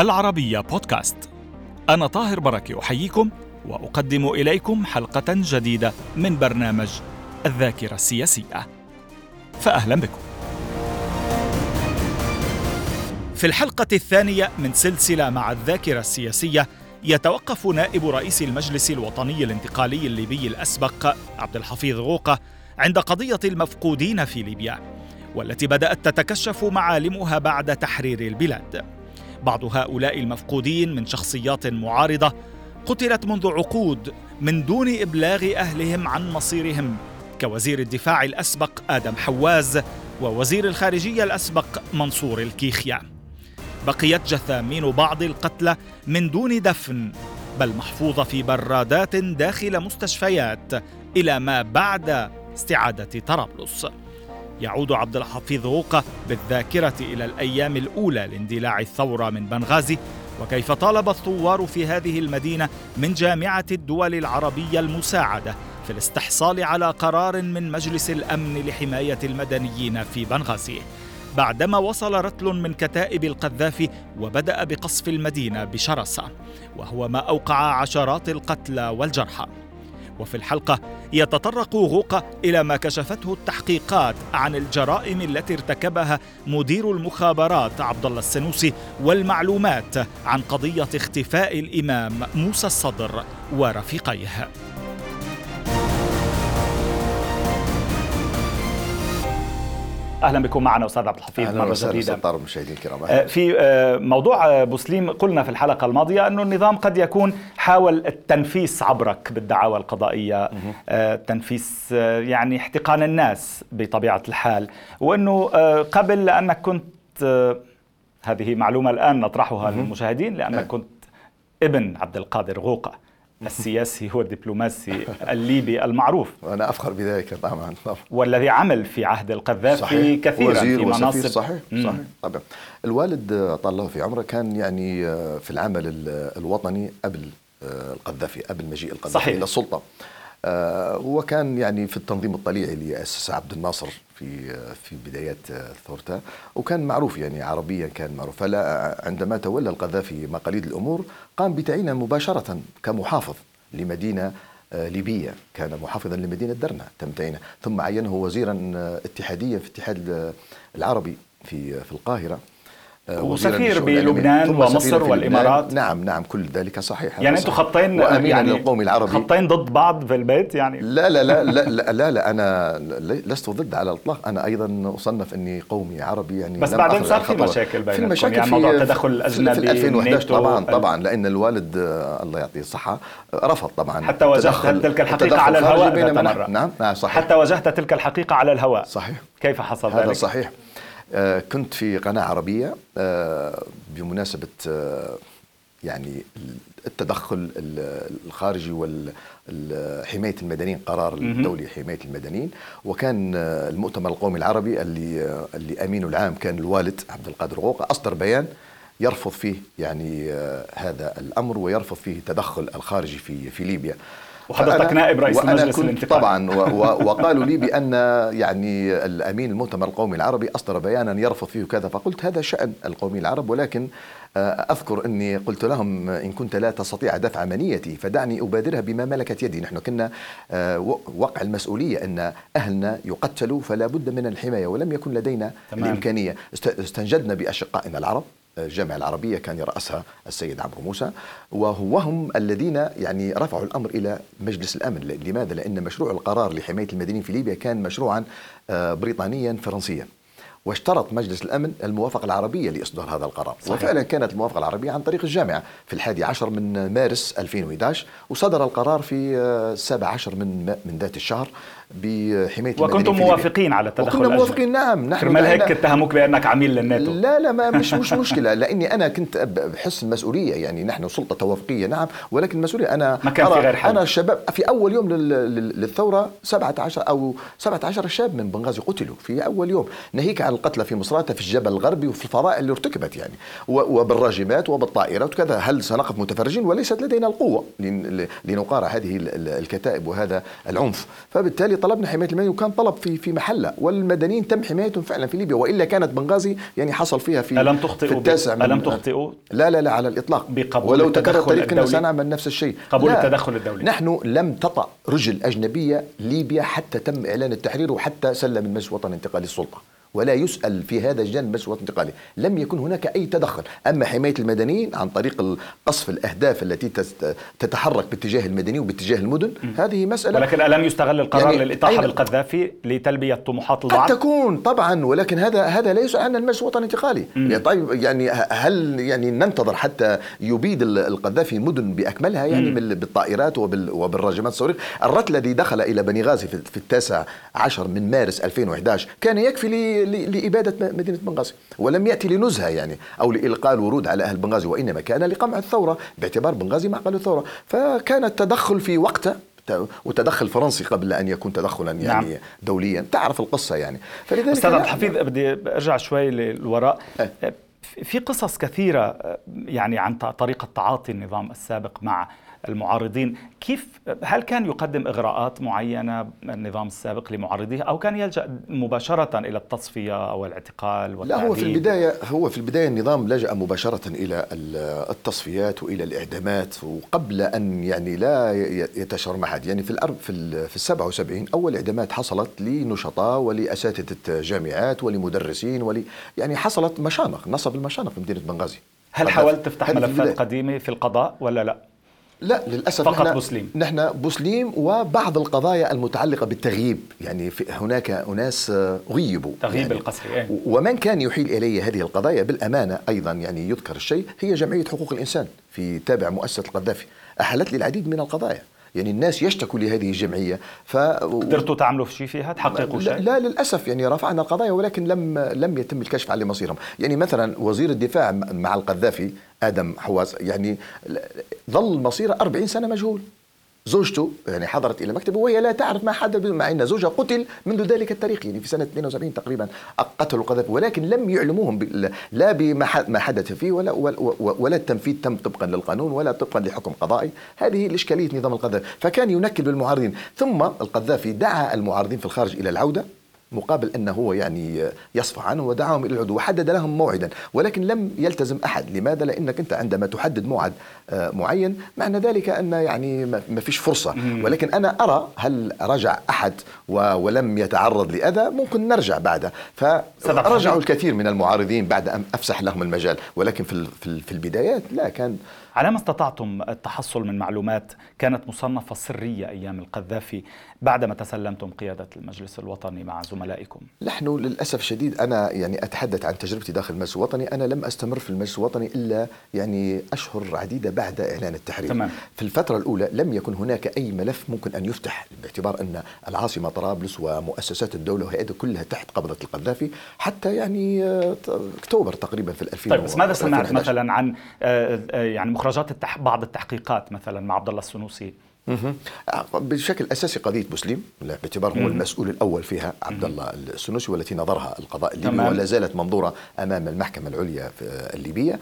العربية بودكاست. أنا طاهر بركة أحييكم وأقدم إليكم حلقة جديدة من برنامج الذاكرة السياسية، فأهلا بكم. في الحلقة الثانية من سلسلة مع الذاكرة السياسية، يتوقف نائب رئيس المجلس الوطني الانتقالي الليبي الأسبق عبد الحفيظ غوقة عند قضية المفقودين في ليبيا، والتي بدأت تتكشف معالمها بعد تحرير البلاد. بعض هؤلاء المفقودين من شخصيات معارضة قتلت منذ عقود من دون إبلاغ أهلهم عن مصيرهم، كوزير الدفاع الأسبق آدم حواز ووزير الخارجية الأسبق منصور الكيخيا. بقيت جثامين بعض القتلى من دون دفن، بل محفوظة في برادات داخل مستشفيات إلى ما بعد استعادة طرابلس. يعود عبد الحفيظ غوقة بالذاكرة إلى الأيام الأولى لاندلاع الثورة من بنغازي، وكيف طالب الثوار في هذه المدينة من جامعة الدول العربية المساعدة في الاستحصال على قرار من مجلس الأمن لحماية المدنيين في بنغازي، بعدما وصل رتل من كتائب القذافي وبدأ بقصف المدينة بشراسة، وهو ما أوقع عشرات القتلى والجرحى. وفي الحلقة يتطرق غوقة إلى ما كشفته التحقيقات عن الجرائم التي ارتكبها مدير المخابرات عبد الله السنوسي، والمعلومات عن قضية اختفاء الإمام موسى الصدر ورفيقيه. اهلا بكم معنا استاذ عبد الحفيظ مره جديده. اهلا مشاهدينا الكرام. في موضوع بوسليم، قلنا في الحلقه الماضيه انه النظام قد يكون حاول التنفيس عبرك بالدعاوى القضائيه، التنفيس يعني احتقان الناس بطبيعه الحال، وانه قبل لانك كنت هذه معلومه الان نطرحها للمشاهدين، لانك كنت ابن عبد القادر غوقة السياسي والدبلوماسي الليبي المعروف، وأنا أفخر بذلك طبعا، والذي عمل في عهد القذافي كثيرا في مناصب. صحيح طبعا. الوالد طال الله في عمره كان يعني في العمل الوطني قبل القذافي، قبل مجيء القذافي إلى السلطة. هو كان يعني في التنظيم الطليعي اللي أسس عبد الناصر في بدايات ثورته، وكان معروف يعني عربيا كان معروف. فلا عندما تولى القذافي مقاليد الأمور قام بتعيينه مباشرة كمحافظ لمدينة ليبية، كان محافظا لمدينة درنا تم تعيينه، ثم عينه وزيرا اتحاديا في الاتحاد العربي في القاهرة، وسفير بلبنان ومصر والإمارات. نعم كل ذلك صحيح. يعني أنتم خطين يعني للقومي العربي، خطين ضد بعض في البيت يعني؟ لا أنا لست ضد على الإطلاق. أنا أيضا أصنف أني قومي عربي يعني، بس بعدين صار في مشاكل بينكم، في مشاكل يعني موضوع التدخل الأجنبي في 2011 طبعا لأن الوالد الله يعطيه الصحة رفض طبعا. حتى وجهت تلك الحقيقة على الهواء. نعم صحيح. حتى وجهت تلك الحقيقة على الهواء. صحيح. كيف حصل ذلك؟ هذا صحيح. كنت في قناة عربية بمناسبة يعني التدخل الخارجي وحماية المدنيين، قرار الدولي حماية المدنيين، وكان المؤتمر القومي العربي اللي أمينه العام كان الوالد عبد القادر غوقة، أصدر بيان يرفض فيه يعني هذا الأمر، ويرفض فيه التدخل الخارجي في ليبيا. وحضرتك نائب رئيس المجلس الانتقالي طبعا وقالوا لي بأن يعني الأمين المؤتمر القومي العربي أصدر بيانا يرفض فيه كذا، فقلت هذا شأن القومي العرب، ولكن أذكر أني قلت لهم إن كنت لا تستطيع دفع منيتي فدعني أبادرها بما ملكت يدي. نحن كنا وقع المسؤولية أن أهلنا يقتلوا، فلا بد من الحماية، ولم يكن لدينا الإمكانية. استنجدنا بأشقائنا العرب، الجامعة العربية كان يرأسها السيد عمرو موسى، وهم الذين يعني رفعوا الأمر إلى مجلس الأمن. لماذا؟ لأن مشروع القرار لحماية المدنيين في ليبيا كان مشروعا بريطانيا فرنسيا، واشترط مجلس الأمن الموافقة العربية لإصدار هذا القرار. صحيح. وفعلا كانت الموافقة العربية عن طريق الجامعة في 11 من مارس 2011، وصدر القرار في 17 من ذات الشهر بحماية المدنيين. وكنتم موافقين على التدخل الأجنبي؟ وكنا موافقين، نعم. نحن هيك اتهموك بأنك عميل للناتو. لا ما مش مشكلة، لأني أنا كنت بحس المسؤولية، يعني نحن سلطة توافقية نعم، ولكن المسؤولية أنا ما كان في غير حل. أنا الشباب في أول يوم للثورة 17 شاب من بنغازي قتلوا في أول يوم، ناهيك عن القتلى في مصراتة، في الجبل الغربي، وفي الفضائح اللي ارتكبت يعني، وبالراجمات وبالطائرات وكذا. هل سنقف متفرجين؟ وليست لدينا القوة لنقارع هذه الكتائب وهذا العنف. فبالتالي طلبنا حماية المدنيين وكان طلب في محله، والمدنيين تم حمايتهم فعلا في ليبيا، وإلا كانت بنغازي يعني حصل فيها في التاسع ألم تخطئوا؟ لا على الإطلاق. ولو تكرر التاريخ كنا سنعمل نفس الشيء. قبول التدخل الدولي. نحن لم تطأ رجل أجنبية ليبيا حتى تم إعلان التحرير وحتى سلم المجلس الوطني الانتقالي السلطة، ولا يسأل في هذا الجانب المجلس الوطني الانتقالي. لم يكن هناك أي تدخل. أما حماية المدنيين عن طريق قصف الأهداف التي تتحرك باتجاه المدني وباتجاه المدن، هذه مسألة. ولكن ألم يستغل القرار يعني للإطاحة بالقذافي لتلبية طموحات البعض؟ قد تكون طبعا، ولكن هذا لا يسأل عنه المجلس الوطني الانتقالي. يعني طيب، يعني هل يعني ننتظر حتى يبيد القذافي المدن بأكملها يعني بالطائرات وبالراجمات الصواريخ؟ الرد الذي دخل إلى بنغازي في 19 من مارس 2011 كان يكفي لإبادة مدينة بنغازي، ولم يأتي لنزهة يعني أو لإلقاء الورود على أهل بنغازي، وإنما كان لقمع الثورة، باعتبار بنغازي معقل الثورة. فكان التدخل في وقته، وتدخل فرنسي قبل أن يكون تدخلا يعني نعم. دوليا. تعرف القصة يعني. فلذلك أستاذ عبد الحفيظ، بدي أرجع شوي للوراء. في قصص كثيرة يعني عن طريقة تعاطي النظام السابق مع المعارضين. هل كان يقدم إغراءات معينة النظام السابق لمعارضيه، أو كان يلجأ مباشرة إلى التصفية أو الاعتقال والتعذيب؟ لا، هو في البداية النظام لجأ مباشرة إلى التصفيات وإلى الإعدامات، وقبل أن يعني لا يتشرمحد. يعني في 77 أول إعدامات حصلت لنشطاء ولأساتذة جامعات ولمدرسين يعني حصلت مشانق، نصب المشانق في مدينة بنغازي. هل حاولت تفتح ملفات قديمة في القضاء ولا لا؟ لا للأسف، فقط بوسليم. نحن بوسليم وبعض القضايا المتعلقة بالتغييب. يعني هناك أناس غيبوا، تغييب يعني القسري. ومن كان يحيل إلي هذه القضايا بالأمانة أيضا يعني يذكر الشيء، هي جمعية حقوق الإنسان في تابع مؤسسة القذافي، أحلت لي العديد من القضايا. يعني الناس يشتكوا لهذه الجمعية. قدرتوا تعملوا شيء فيها؟ تحققوا شيء؟ لا للأسف، يعني رفعنا القضايا ولكن لم يتم الكشف عن مصيرهم. يعني مثلا وزير الدفاع مع القذافي آدم حواس يعني ظل مصيره 40 سنة مجهول. زوجته يعني حضرت إلى مكتبه وهي لا تعرف ما حدث، مع أن زوجها قتل منذ ذلك التاريخ، يعني في سنة 72 تقريبا قتلوا القذافي، ولكن لم يعلموهم لا بما حدث فيه ولا التنفيذ تم طبقا للقانون ولا طبقا لحكم قضائي. هذه الإشكالية نظام القذافي. فكان ينكل بالمعارضين، ثم القذافي دعا المعارضين في الخارج إلى العودة مقابل أنه هو يعني يصفح عنه، ودعاهم إلى العدو وحدد لهم موعدا، ولكن لم يلتزم أحد. لماذا؟ لأنك أنت عندما تحدد موعد معين معنى ذلك أن يعني ما فيش فرصة. ولكن أنا أرى هل رجع أحد ولم يتعرض لأذى؟ ممكن نرجع بعده. فرجعوا الكثير من المعارضين بعد أن أفسح لهم المجال، ولكن في البدايات لا كان. على ما استطعتم التحصل من معلومات كانت مصنفة سرية أيام القذافي بعدما تسلمتم قيادة المجلس الوطني مع زملائكم؟ نحن للأسف الشديد، أنا يعني أتحدث عن تجربتي داخل المجلس الوطني، أنا لم أستمر في المجلس الوطني إلا يعني أشهر عديدة بعد إعلان التحرير. تمام. في الفترة الأولى لم يكن هناك أي ملف ممكن أن يفتح، باعتبار أن العاصمة طرابلس ومؤسسات الدولة وهيئتها كلها تحت قبضة القذافي حتى يعني أكتوبر تقريبا في 2000. طيب، بس ماذا سمعت مثلا عن يعني مخرجات بعض التحقيقات مثلا مع عبد الله السنوسي؟ بشكل أساسي قضية بوسليم، باعتبار هو المسؤول الأول فيها عبد الله السنوسي، والتي نظرها القضاء الليبي ولا زالت منظورة أمام المحكمة العليا الليبية.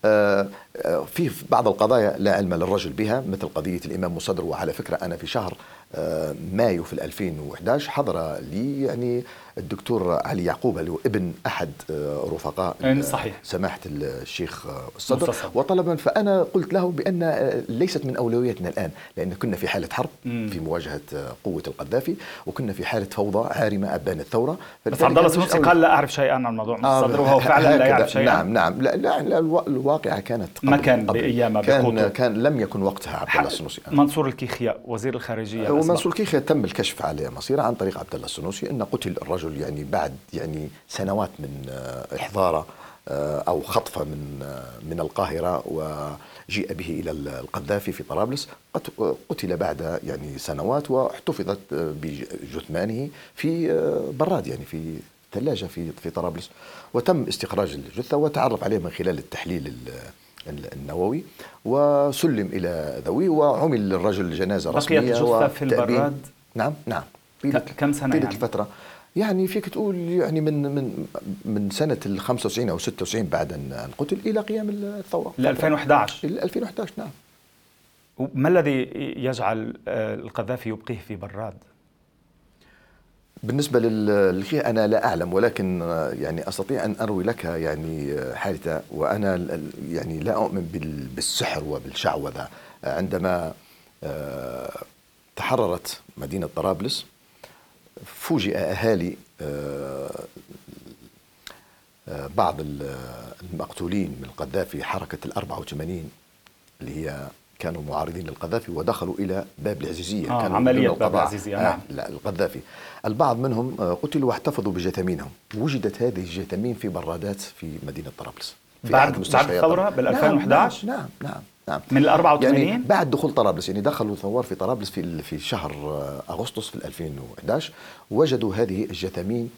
في بعض القضايا لا علم للرجل بها، مثل قضية الإمام مصدر. وعلى فكرة أنا في شهر مايو في 2011 حضر لي يعني الدكتور علي يعقوب اللي هو ابن أحد رفقاء صحيح سماحة الشيخ الصدر وطلبا. فأنا قلت له بأن ليست من أولوياتنا الآن، لأن كنا في حالة حرب في مواجهة قوة القذافي، وكن في حالة فوضى عارمة أبان الثورة. بس عبد الله السنوسي قال لا أعرف شيئا عن موضوع مصدر، وهو فعلا لا يعرف شيئا. نعم لا الواقعة كانت ما كان بأيام كان لم يكن وقتها عبد الله السنوسي. منصور الكيخيا وزير الخارجية، ومنصور الكيخيا تم الكشف على مصيره عن طريق عبد الله السنوسي، أن قتل الرجل يعني بعد يعني سنوات من إحضاره أو خطفه من القاهرة وجيء به إلى القذافي في طرابلس. قتل بعد يعني سنوات، واحتفظت بجثمانه في براد يعني في ثلاجة في طرابلس، وتم استخراج الجثة وتعرف عليه من خلال التحليل النووي، وسلم إلى ذويه، وعمل للرجل جنازة رسمية. بقيت الجثة في البراد؟ نعم. كم سنة يعني؟ الفترة يعني فيك تقول يعني من سنة 95 أو 96 بعد أن قتل إلى قيام الثورة 2011. 2011 نعم. ما الذي يجعل القذافي يبقيه في براد؟ بالنسبة للخير أنا لا أعلم، ولكن يعني أستطيع أن أروي لك يعني حادثة، وأنا يعني لا أؤمن بالسحر وبالشعوذة. عندما تحررت مدينة طرابلس فوجئ أهالي بعض المقتولين من القذافي، حركة 84 اللي هي كانوا معارضين للقذافي ودخلوا إلى باب العزيزية. كانوا عملية باب العزيزية. نعم. لا، القذافي. البعض منهم قتلوا واحتفظوا بجثامينهم. وجدت هذه الجثامين في برادات في مدينة طرابلس بعد الثورة بال 2011. نعم. من ال 84 يعني بعد دخول طرابلس، يعني دخلوا ثوار في طرابلس في شهر أغسطس في 2011، وجدوا هذه الجثامين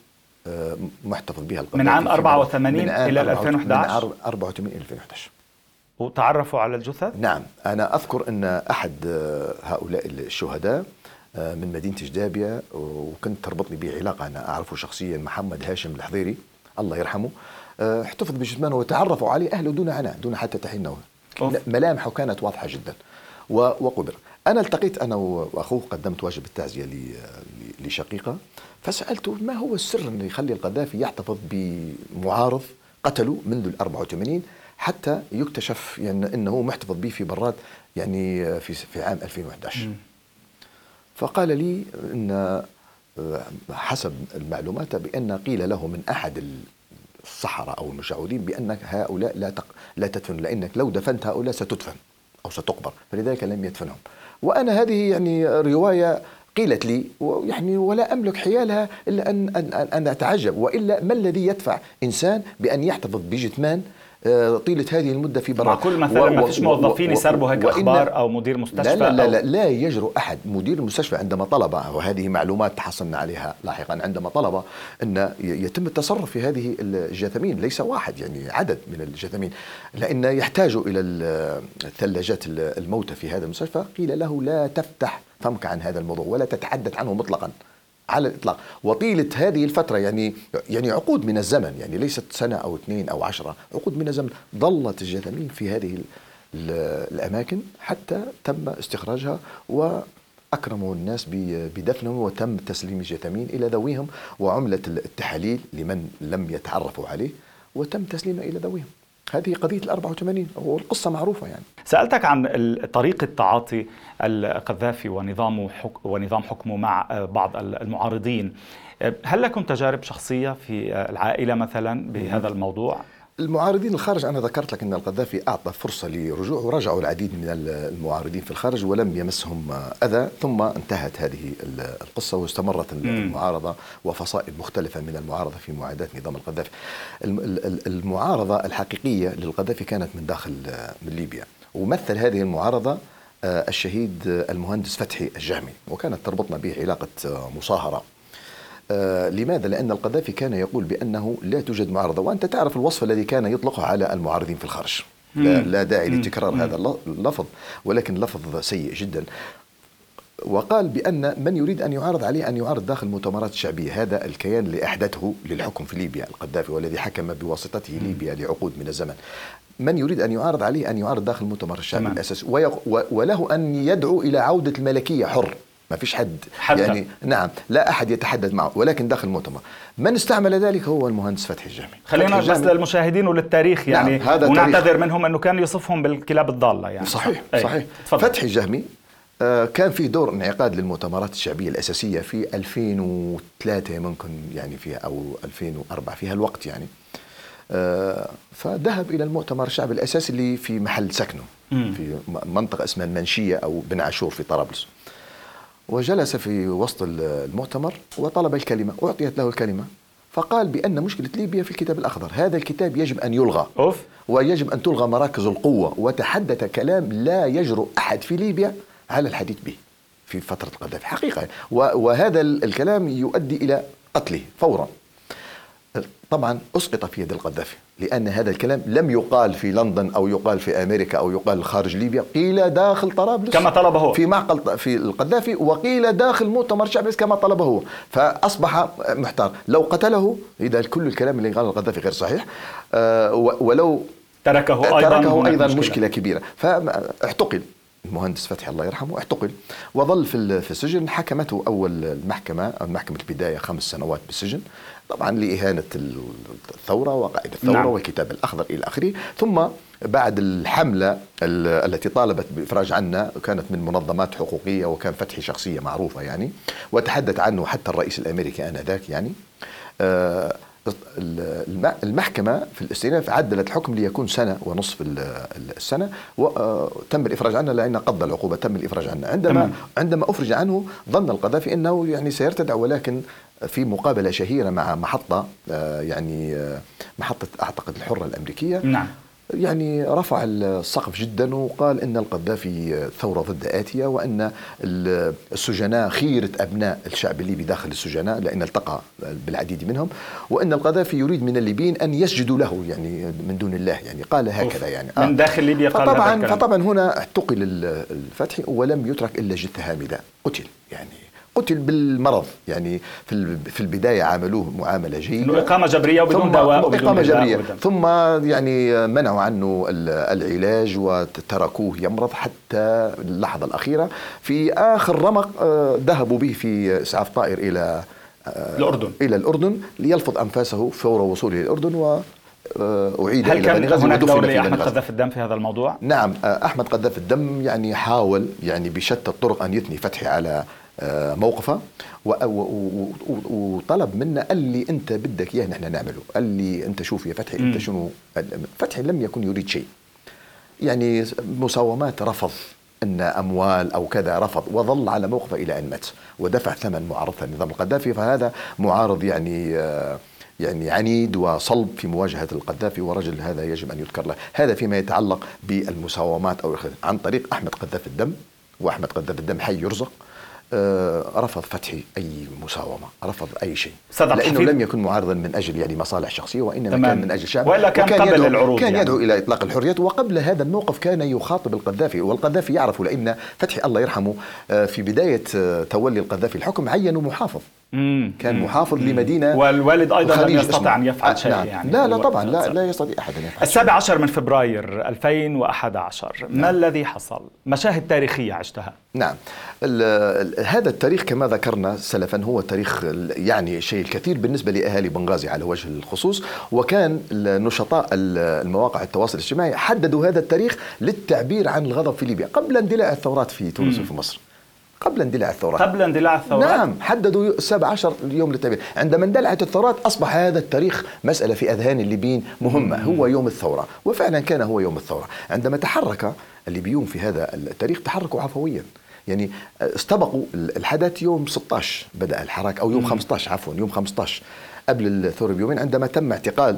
محتفظ بها القذافي من عام 84 إلى 2011. من 84 إلى 2011. وتعرفوا على الجثث؟ نعم. أنا أذكر أن أحد هؤلاء الشهداء من مدينة جدابية، وكنت تربطني به علاقة، أنا أعرفه شخصيا، محمد هاشم الحضيري الله يرحمه، احتفظ بجثمانه وتعرفوا عليه أهله دون عناء، دون حتى تحين نوى. ملامحه كانت واضحة جدا وقبر. أنا التقيت أنا وأخوه، قدمت واجب التعزية لشقيقة، فسألته ما هو السر أن يخلي القذافي يحتفظ بمعارض قتله منذ 84 حتى يكتشف يعني أنه محتفظ به في براد يعني في عام 2011. فقال لي أن حسب المعلومات بأن قيل له من أحد الصحراء أو المشعوذين بأنك هؤلاء لا تدفن، لأنك لو دفنت هؤلاء ستدفن أو ستقبر، فلذلك لم يدفنهم. وأنا هذه يعني رواية قيلت لي، يعني ولا أملك حيالها إلا أن أتعجب، وإلا ما الذي يدفع إنسان بأن يحتفظ بجثمان طيلة هذه المدة في براد؟ معقول مثلا ما فيش موظفين يسربوا هيك أخبار أو مدير مستشفى؟ لا يجرؤ أحد. مدير المستشفى عندما طلب، وهذه معلومات تحصلنا عليها لاحقا، عندما طلب أن يتم التصرف في هذه الجثامين، ليس واحد يعني عدد من الجثامين، لأن يحتاجوا إلى الثلاجات الموتى في هذا المستشفى، قيل له لا تفتح فمك عن هذا الموضوع ولا تتحدث عنه مطلقا على الإطلاق. وطيلة هذه الفترة يعني عقود من الزمن، يعني ليست سنة أو 2 أو 10، عقود من الزمن ظلت الجثامين في هذه الأماكن حتى تم استخراجها، وأكرموا الناس بدفنهم، وتم تسليم الجثامين إلى ذويهم، وعملت التحاليل لمن لم يتعرفوا عليه وتم تسليمها إلى ذويهم. هذه قضية 84 والقصة معروفة. يعني سألتك عن طريقة تعاطي القذافي ونظام حكمه مع بعض المعارضين. هل لكم تجارب شخصية في العائلة مثلا بهذا الموضوع؟ المعارضين الخارج، أنا ذكرت لك أن القذافي أعطى فرصة لرجوع، ورجعوا العديد من المعارضين في الخارج ولم يمسهم أذى، ثم انتهت هذه القصة واستمرت المعارضة وفصائل مختلفة من المعارضة في معاداة نظام القذافي. المعارضة الحقيقية للقذافي كانت من داخل من ليبيا، ومثل هذه المعارضة الشهيد المهندس فتحي الجهمي، وكانت تربطنا به علاقة مصاهرة. لماذا؟ لأن القذافي كان يقول بأنه لا توجد معارضة، وأنت تعرف الوصف الذي كان يطلقه على المعارضين في الخارج. لا داعي لتكرار هذا اللفظ، ولكن لفظ سيء جدا. وقال بأن من يريد أن يعارض عليه أن يعارض داخل المؤتمرات الشعبية، هذا الكيان اللي أحدثه للحكم في ليبيا القذافي، والذي حكم بواسطته ليبيا لعقود من الزمن. من يريد أن يعارض عليه أن يعارض داخل المؤتمر الشعبي الأساسي، وله أن يدعو إلى عودة الملكية حر، ما فيش حد يعني نعم لا أحد يتحدث معه، ولكن داخل المؤتمر. من استعمل ذلك هو المهندس فتحي الجهمي. خلينا بس للمشاهدين وللتاريخ يعني، نعم، ونعتذر منهم أنه كان يصفهم بالكلاب الضالة يعني. صحيح. فتحي الجهمي كان في دور انعقاد للمؤتمرات الشعبية الأساسية في 2003 ممكن يعني فيها، أو 2004 في هالوقت يعني. فذهب إلى المؤتمر الشعبي الأساسي اللي في محل سكنه في منطقة اسمها المنشية أو بن عاشور في طرابلس، وجلس في وسط المؤتمر وطلب الكلمة، أعطيت له الكلمة، فقال بأن مشكلة ليبيا في الكتاب الأخضر، هذا الكتاب يجب أن يلغى ويجب أن تلغى مراكز القوة، وتحدث كلام لا يجرؤ أحد في ليبيا على الحديث به في فترة القذافي حقيقة، وهذا الكلام يؤدي إلى قتله فورا. طبعا أسقط في يد القذافي، لأن هذا الكلام لم يقال في لندن أو يقال في أمريكا أو يقال خارج ليبيا، قيل داخل طرابلس كما طلبه هو في معقل في القذافي، وقيل داخل مؤتمر شعبي كما طلبه هو، فأصبح محتار. لو قتله إذا كل الكلام اللي قاله القذافي غير صحيح، ولو تركه أيضا مشكلة كبيرة، فاحتقل. المهندس فتحي الله يرحمه اعتقل وظل في السجن. حكمته أول المحكمة البداية 5 سنوات بالسجن، طبعا لإهانة الثورة وقائد الثورة نعم. والكتاب الأخضر إلى آخره. ثم بعد الحملة التي طالبت بالإفراج عنه، كانت من منظمات حقوقية، وكان فتحي شخصية معروفة يعني، وتحدث عنه حتى الرئيس الأمريكي آنذاك يعني. المحكمة في الاستئناف عدلت الحكم ليكون 1.5 سنة السنة، وتم الإفراج عنه لأن قضى العقوبة، تم الإفراج عنه. عندما أفرج عنه ظن القذافي أنه يعني سيرتدع، ولكن في مقابلة شهيرة مع محطة محطة أعتقد الحرة الأمريكية، نعم، يعني رفع السقف جدا وقال إن القذافي ثورة ضد آتية، وأن السجناء خيرة أبناء الشعب الليبي داخل السجناء، لأن التقى بالعديد منهم، وأن القذافي يريد من الليبيين أن يسجدوا له يعني من دون الله، يعني قال هكذا يعني من داخل ليبيا قال هذا الكلام. فطبعا هنا اعتقل الفتحي ولم يترك إلا جثة هامدة، قتل بالمرض يعني. في البداية عاملوه معاملة جيدة، إقامة جبرية وبدون دواء، إقامة جبرية، ثم يعني منعوا عنه العلاج وتركوه يمرض حتى اللحظة الأخيرة. في آخر رمق ذهبوا به في إسعاف طائر إلى الأردن ليلفظ أنفاسه فور وصوله إلى الأردن، وأعيد هل كان هناك دور لأحمد بنغازي. قذافي الدم في هذا الموضوع؟ نعم، أحمد قذافي الدم يعني حاول يعني بشتى الطرق أن يثني فتحي على موقفه، وطلب منا، قال لي أنت بدك إياه نحن نعمله، قال لي أنت شوف يا فتحي أنت شنو. فتحي لم يكن يريد شيء يعني، مساومات رفض، أن أموال أو كذا رفض، وظل على موقفه إلى أن مات، ودفع ثمن معارضة النظام القذافي. فهذا معارض يعني عنيد وصلب في مواجهة القذافي، ورجل هذا يجب أن يذكر له. هذا فيما يتعلق بالمساومات أو عن طريق أحمد قذافي الدم. وأحمد قذافي الدم حي يرزق، رفض فتحي أي مساومة، رفض أي شيء، لأنه لم يكن معارضا من أجل يعني مصالح شخصية، وإنما كان من أجل الشعب، وإلا كان قبل العروض، كان يدعو إلى إطلاق الحريات. وقبل هذا الموقف كان يخاطب القذافي، والقذافي يعرف، لأن فتحي الله يرحمه في بداية تولي القذافي الحكم عينوا محافظ، كان محافظ لمدينة، والوالد أيضا لم يستطع أن يفعل شيء يعني. لا طبعا لا يستطيع أحد أن يفعل. 17 من فبراير 2011 ما الذي حصل؟ مشاهد تاريخية عشتها. نعم، هذا التاريخ كما ذكرنا سلفا هو تاريخ يعني شيء الكثير بالنسبة لأهالي بنغازي على وجه الخصوص، وكان نشطاء المواقع التواصل الاجتماعي حددوا هذا التاريخ للتعبير عن الغضب في ليبيا قبل اندلاع الثورات في تونس وفي مصر. قبل اندلاع الثورات نعم، حددوا 17 يوم للتعبير. عندما اندلعت الثورات أصبح هذا التاريخ مسألة في أذهان الليبيين مهمة، هو يوم الثورة، وفعلا كان هو يوم الثورة. عندما تحرك الليبيون في هذا التاريخ تحركوا عفويا، يعني استبقوا الحدث يوم 16 بدأ الحراك، أو يوم 15 عفوا، يوم 15 قبل الثورة بيومين، عندما تم اعتقال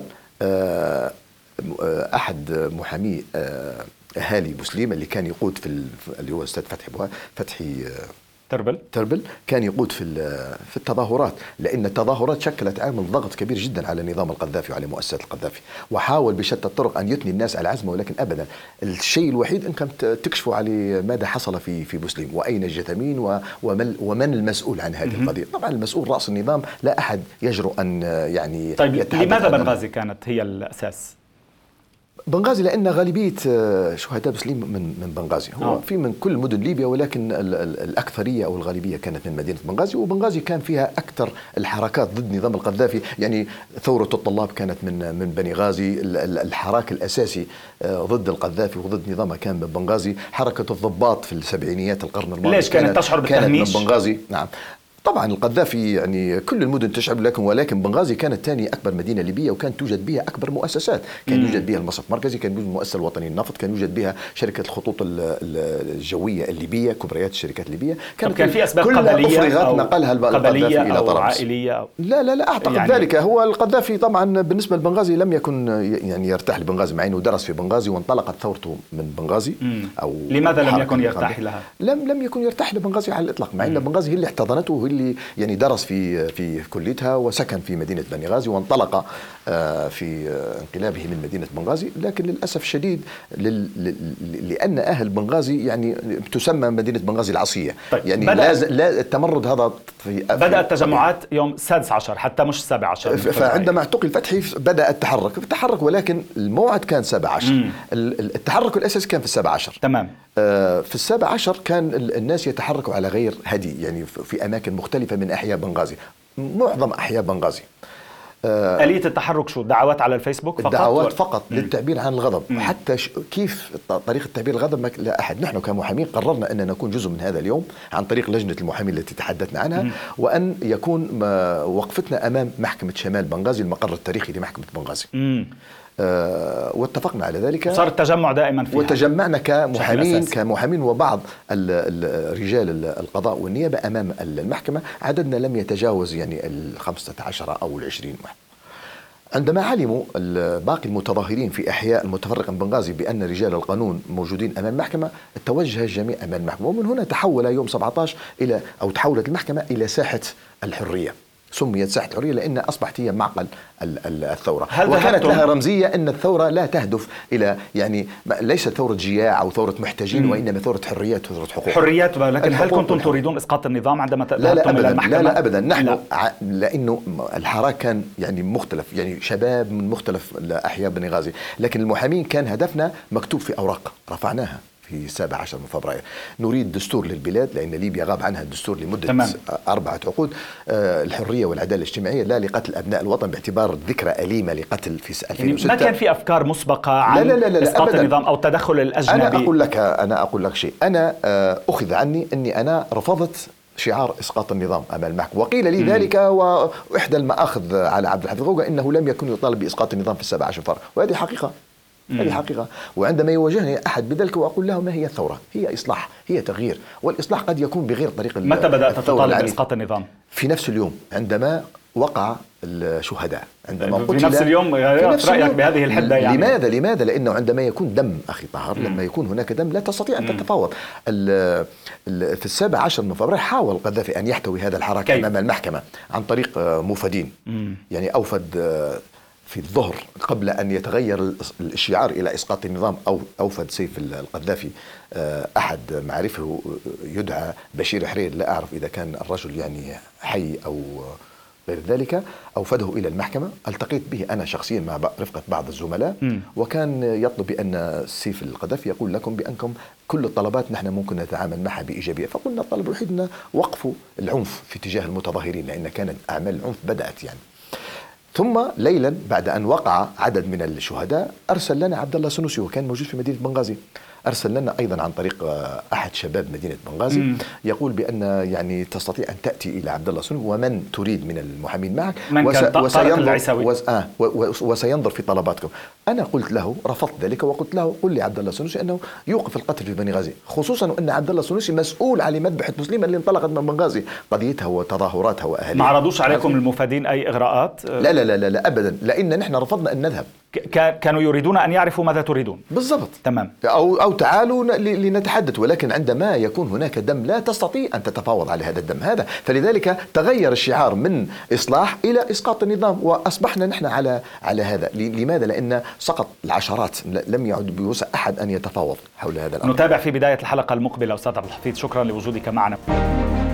أحد محامي أهالي بوسليمة اللي كان يقود اللي هو أستاذ فتحي تربل، كان يقود في التظاهرات، لأن التظاهرات شكلت عامل ضغط كبير جدا على نظام القذافي وعلى مؤسسات القذافي، وحاول بشتى الطرق أن يثني الناس على عزمه، ولكن أبدا. الشيء الوحيد أنكم تكشفوا على ماذا حصل في بوسليم، وأين الجثامين، ومن المسؤول عن هذه القضية. طبعا المسؤول رأس النظام، لا أحد يجرؤ أن يعني. طيب لماذا بنغازي كانت هي الأساس؟ بنغازي لأن غالبية شهداء بوسليم من بنغازي، هو في من كل مدن ليبيا، ولكن الأكثرية أو الغالبية كانت من مدينة بنغازي، وبنغازي كان فيها أكثر الحركات ضد نظام القذافي، يعني ثورة الطلاب كانت من بني غازي، الحراك الأساسي ضد القذافي وضد نظامه كان من بنغازي، حركة الضباط في السبعينيات القرن الماضي ليش كانت تشعر بالتهميش؟ كانت من بنغازي. نعم طبعا القذافي يعني كل المدن تشعب، ولكن بنغازي كانت ثاني أكبر مدينة ليبية، وكانت توجد بها أكبر مؤسسات، كان يوجد بها المصرف المركزي، كان يوجد المؤسسة الوطنية للنفط، كان يوجد بها شركة الخطوط الجوية الليبية، كبريات الشركات الليبية. كان في أسباب قبلية أو نقلها القذافي إلى طرابلس، عائلية أو لا أعتقد يعني ذلك. هو القذافي طبعا بالنسبة لبنغازي لم يكن يعني يرتاح لبنغازي، مع أنه درس في بنغازي وانطلقت ثورته من بنغازي. أو لماذا لم يكن يرتاح لها؟ لم يكن يرتاح لبنغازي على الإطلاق، مع أن بنغازي هي اللي احتضنته وهي واللي يعني درس في كليتها وسكن في مدينة بني غازي وانطلق في انقلابه من مدينة بنغازي، لكن للأسف الشديد لأن أهل بنغازي يعني تسمى مدينة بنغازي العصية. طيب يعني لا التمرد هذا بدأ التجمعات يوم 16 حتى مش 17. فعندما اعتقل فتحي بدأ التحرك، ولكن الموعد كان 17. التحرك الأساسي كان في 17. تمام. في 17 كان الناس يتحركوا على غير هدي، يعني في أماكن مختلفة من أحياء بنغازي، معظم أحياء بنغازي. آلية التحرك شو؟ دعوات على الفيسبوك فقط؟ دعوات فقط للتعبير عن الغضب. حتى كيف طريقة تعبير الغضب لا أحد. نحن كمحامين قررنا أن نكون جزء من هذا اليوم عن طريق لجنة المحامين التي تحدثنا عنها، وأن يكون وقفتنا أمام محكمة شمال بنغازي، المقر التاريخي لمحكمة بنغازي. واتفقنا على ذلك. صار التجمع دائما فيها. وتجمعنا كمحامين وبعض رجال القضاء والنيابة أمام المحكمة. عددنا لم يتجاوز يعني 15 أو 20 واحد. عندما علموا باقي المتظاهرين في أحياء المتفرقة من بنغازي بأن رجال القانون موجودين أمام المحكمة، توجه الجميع أمام المحكمة، ومن هنا تحول يوم 17 تحولت المحكمة إلى ساحة الحرية. سميت ساحة الحرية لأن أصبحت هي معقل الثورة، وكانت لها رمزية أن الثورة لا تهدف إلى يعني ليست ثورة جياع أو ثورة محتاجين، وإنما ثورة حريات وثورة حقوق. لكن هل كنتم تريدون إسقاط النظام عندما ذهبتم إلى المحكمة؟ لا أبدا. نحن لأنه الحراك كان يعني مختلف، يعني شباب من مختلف أحياء بني غازي، لكن المحامين كان هدفنا مكتوب في أوراق رفعناها في 17 من فبراير. نريد دستور للبلاد، لأن ليبيا غاب عنها الدستور لمدة 4 عقود. الحرية والعدالة الاجتماعية، لا لقتل أبناء الوطن باعتبار ذكرى أليمة لقتل في 2006. ما كان في أفكار مسبقة عن إسقاط النظام أو التدخل الأجنبي؟ أنا أقول لك شيء. أنا أخذ عني أني أنا رفضت شعار إسقاط النظام أمام المحكمة، وقيل لي ذلك وإحدى المآخذ على عبد الحفيظ غوغا إنه لم يكن يطالب بإسقاط النظام في 17 فبراير، وهذه حقيقة. هذه حقيقة. وعندما يواجهني أحد بذلك وأقول له ما هي الثورة؟ هي إصلاح، هي تغيير، والإصلاح قد يكون بغير طريق. متى بدأت تطالب بإسقاط النظام؟ في نفس اليوم عندما وقع الشهداء، عندما في نفس اليوم. رأيك بهذه الحدة يعني؟ لماذا؟ لأنه عندما يكون دم أخي طاهر، لما يكون هناك دم لا تستطيع أن تتفاوض. في 17 من فبراير حاول القذافي أن يحتوي هذا الحراك أمام المحكمة عن طريق موفدين. يعني أوفد في الظهر قبل أن يتغير الشعار إلى إسقاط النظام، أو أوفد سيف القذافي أحد معارفه يدعى بشير حرير، لا أعرف إذا كان الرجل يعني حي أو غير ذلك، أوفده إلى المحكمة. التقيت به أنا شخصيا مع رفقة بعض الزملاء، وكان يطلب بأن سيف القذافي يقول لكم بأنكم كل الطلبات نحن ممكن نتعامل معها بإيجابية. فقلنا الطلب الوحيد أن وقفوا العنف في اتجاه المتظاهرين، لأن كانت أعمال العنف بدأت يعني. ثم ليلا بعد أن وقع عدد من الشهداء أرسل لنا عبد الله السنوسي، وكان موجود في مدينة بنغازي، أرسل لنا أيضا عن طريق أحد شباب مدينة بنغازي يقول بأن يعني تستطيع أن تأتي إلى عبد الله السنوسي ومن تريد من المحامين معك، وسينظر في طلباتكم. أنا قلت له، رفضت ذلك وقلت له قل لي عبد الله السنوسي أنه يوقف القتل في بنغازي، خصوصا أن عبد الله السنوسي مسؤول عن مذبحة مسلمة اللي انطلقت من بنغازي، قضيتها وتظاهراتها وأهلها. ما عرضوش عليكم المفادين أي إغراءات؟ لا لا لا لا أبدا، لأن نحن رفضنا أن نذهب. كانوا يريدون أن يعرفوا ماذا تريدون بالضبط. تمام. أو تعالوا لنتحدث، ولكن عندما يكون هناك دم لا تستطيع أن تتفاوض على هذا الدم هذا. فلذلك تغير الشعار من إصلاح إلى إسقاط النظام، وأصبحنا نحن على هذا. لماذا؟ لأن سقط العشرات، لم يعد بوسع أحد أن يتفاوض حول هذا الأمر. نتابع في بداية الحلقة المقبلة. أستاذ عبد الحفيظ، شكرا لوجودك معنا.